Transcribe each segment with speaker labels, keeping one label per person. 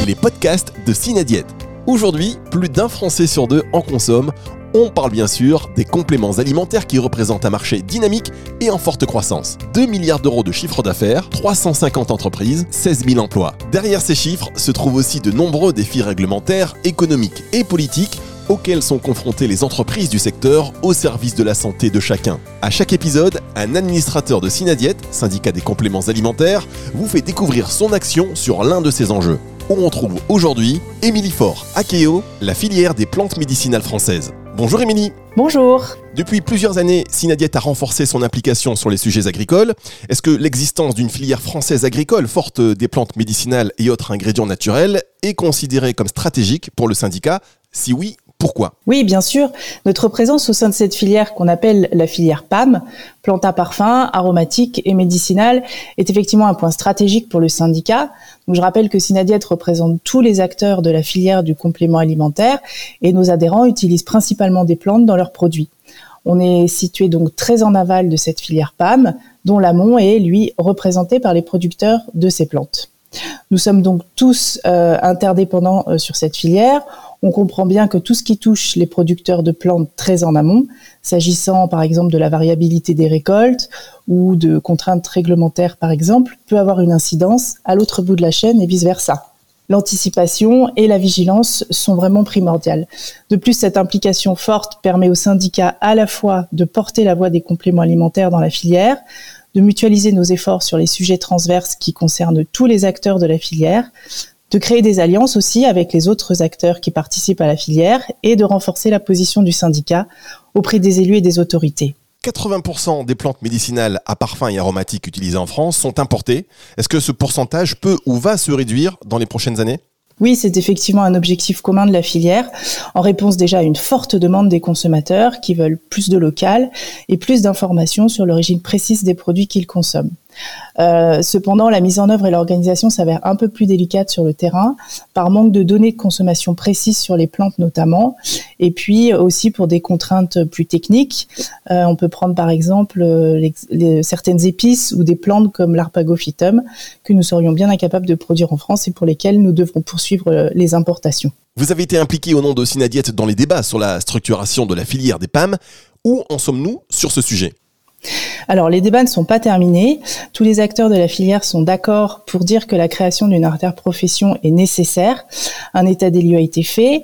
Speaker 1: les podcasts de Cinadiète. Aujourd'hui, plus d'un Français sur deux en consomme. On parle bien sûr des compléments alimentaires qui représentent un marché dynamique et en forte croissance. 2 milliards d'euros de chiffre d'affaires, 350 entreprises, 16 000 emplois. Derrière ces chiffres se trouvent aussi de nombreux défis réglementaires, économiques et politiques auxquels sont confrontées les entreprises du secteur au service de la santé de chacun. À chaque épisode, un administrateur de Cinadiète, syndicat des compléments alimentaires, vous fait découvrir son action sur l'un de ces enjeux. Où on trouve aujourd'hui Émilie Faure, Akeo, la filière des plantes médicinales françaises. Bonjour Émilie.
Speaker 2: Bonjour.
Speaker 1: Depuis plusieurs années, Cinadiète a renforcé son implication sur les sujets agricoles. Est-ce que l'existence d'une filière française agricole forte des plantes médicinales et autres ingrédients naturels est considérée comme stratégique pour le syndicat ? Si oui, pourquoi ?
Speaker 2: Oui, bien sûr. Notre présence au sein de cette filière qu'on appelle la filière PAM, plantes à parfum, aromatiques et médicinales, est effectivement un point stratégique pour le syndicat. Donc, je rappelle que Cinadiète représente tous les acteurs de la filière du complément alimentaire et nos adhérents utilisent principalement des plantes dans leurs produits. On est situé donc très en aval de cette filière PAM, dont l'amont est, lui, représenté par les producteurs de ces plantes. Nous sommes donc tous interdépendants sur cette filière. On comprend bien que tout ce qui touche les producteurs de plantes très en amont, s'agissant par exemple de la variabilité des récoltes ou de contraintes réglementaires par exemple, peut avoir une incidence à l'autre bout de la chaîne et vice-versa. L'anticipation et la vigilance sont vraiment primordiales. De plus, cette implication forte permet aux syndicats à la fois de porter la voix des compléments alimentaires dans la filière, de mutualiser nos efforts sur les sujets transverses qui concernent tous les acteurs de la filière, de créer des alliances aussi avec les autres acteurs qui participent à la filière et de renforcer la position du syndicat auprès des élus et des autorités.
Speaker 1: 80% des plantes médicinales à parfum et aromatiques utilisées en France sont importées. Est-ce que ce pourcentage peut ou va se réduire dans les prochaines années ?
Speaker 2: Oui, c'est effectivement un objectif commun de la filière, en réponse déjà à une forte demande des consommateurs qui veulent plus de local et plus d'informations sur l'origine précise des produits qu'ils consomment. Cependant, la mise en œuvre et l'organisation s'avèrent un peu plus délicates sur le terrain, par manque de données de consommation précises sur les plantes notamment, et puis aussi pour des contraintes plus techniques. On peut prendre par exemple certaines épices ou des plantes comme l'arpagophytum que nous serions bien incapables de produire en France et pour lesquelles nous devrons poursuivre les importations.
Speaker 1: Vous avez été impliqué au nom de Cinadiète dans les débats sur la structuration de la filière des PAM. Où en sommes-nous sur ce sujet ?
Speaker 2: Alors, les débats ne sont pas terminés. Tous les acteurs de la filière sont d'accord pour dire que la création d'une interprofession est nécessaire. Un état des lieux a été fait.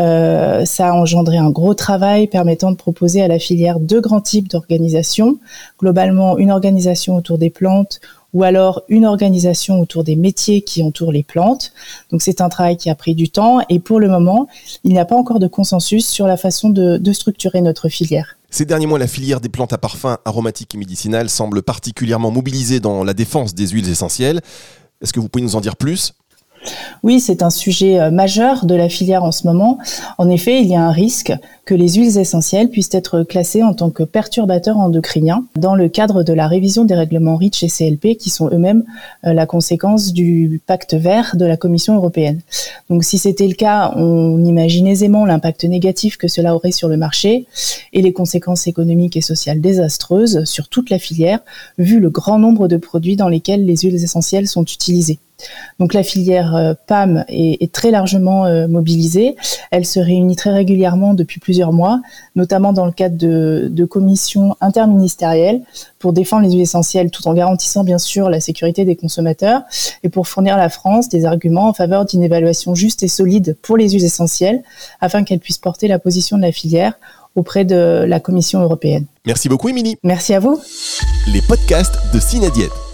Speaker 2: Ça a engendré un gros travail permettant de proposer à la filière deux grands types d'organisations. Globalement, une organisation autour des plantes ou alors une organisation autour des métiers qui entourent les plantes. Donc c'est un travail qui a pris du temps et pour le moment, il n'y a pas encore de consensus sur la façon de structurer notre filière.
Speaker 1: Ces derniers mois, la filière des plantes à parfum, aromatiques et médicinales semble particulièrement mobilisée dans la défense des huiles essentielles. Est-ce que vous pouvez nous en dire plus ?
Speaker 2: Oui, c'est un sujet majeur de la filière en ce moment. En effet, il y a un risque que les huiles essentielles puissent être classées en tant que perturbateurs endocriniens dans le cadre de la révision des règlements REACH et CLP qui sont eux-mêmes la conséquence du pacte vert de la Commission européenne. Donc si c'était le cas, on imagine aisément l'impact négatif que cela aurait sur le marché et les conséquences économiques et sociales désastreuses sur toute la filière, vu le grand nombre de produits dans lesquels les huiles essentielles sont utilisées. Donc la filière PAM est très largement mobilisée. Elle se réunit très régulièrement depuis plusieurs mois, notamment dans le cadre de commissions interministérielles pour défendre les huiles essentielles tout en garantissant bien sûr la sécurité des consommateurs et pour fournir à la France des arguments en faveur d'une évaluation juste et solide pour les huiles essentielles afin qu'elle puisse porter la position de la filière auprès de la Commission européenne.
Speaker 1: Merci beaucoup Émilie.
Speaker 2: Merci à vous.
Speaker 1: Les podcasts de Cinadiète.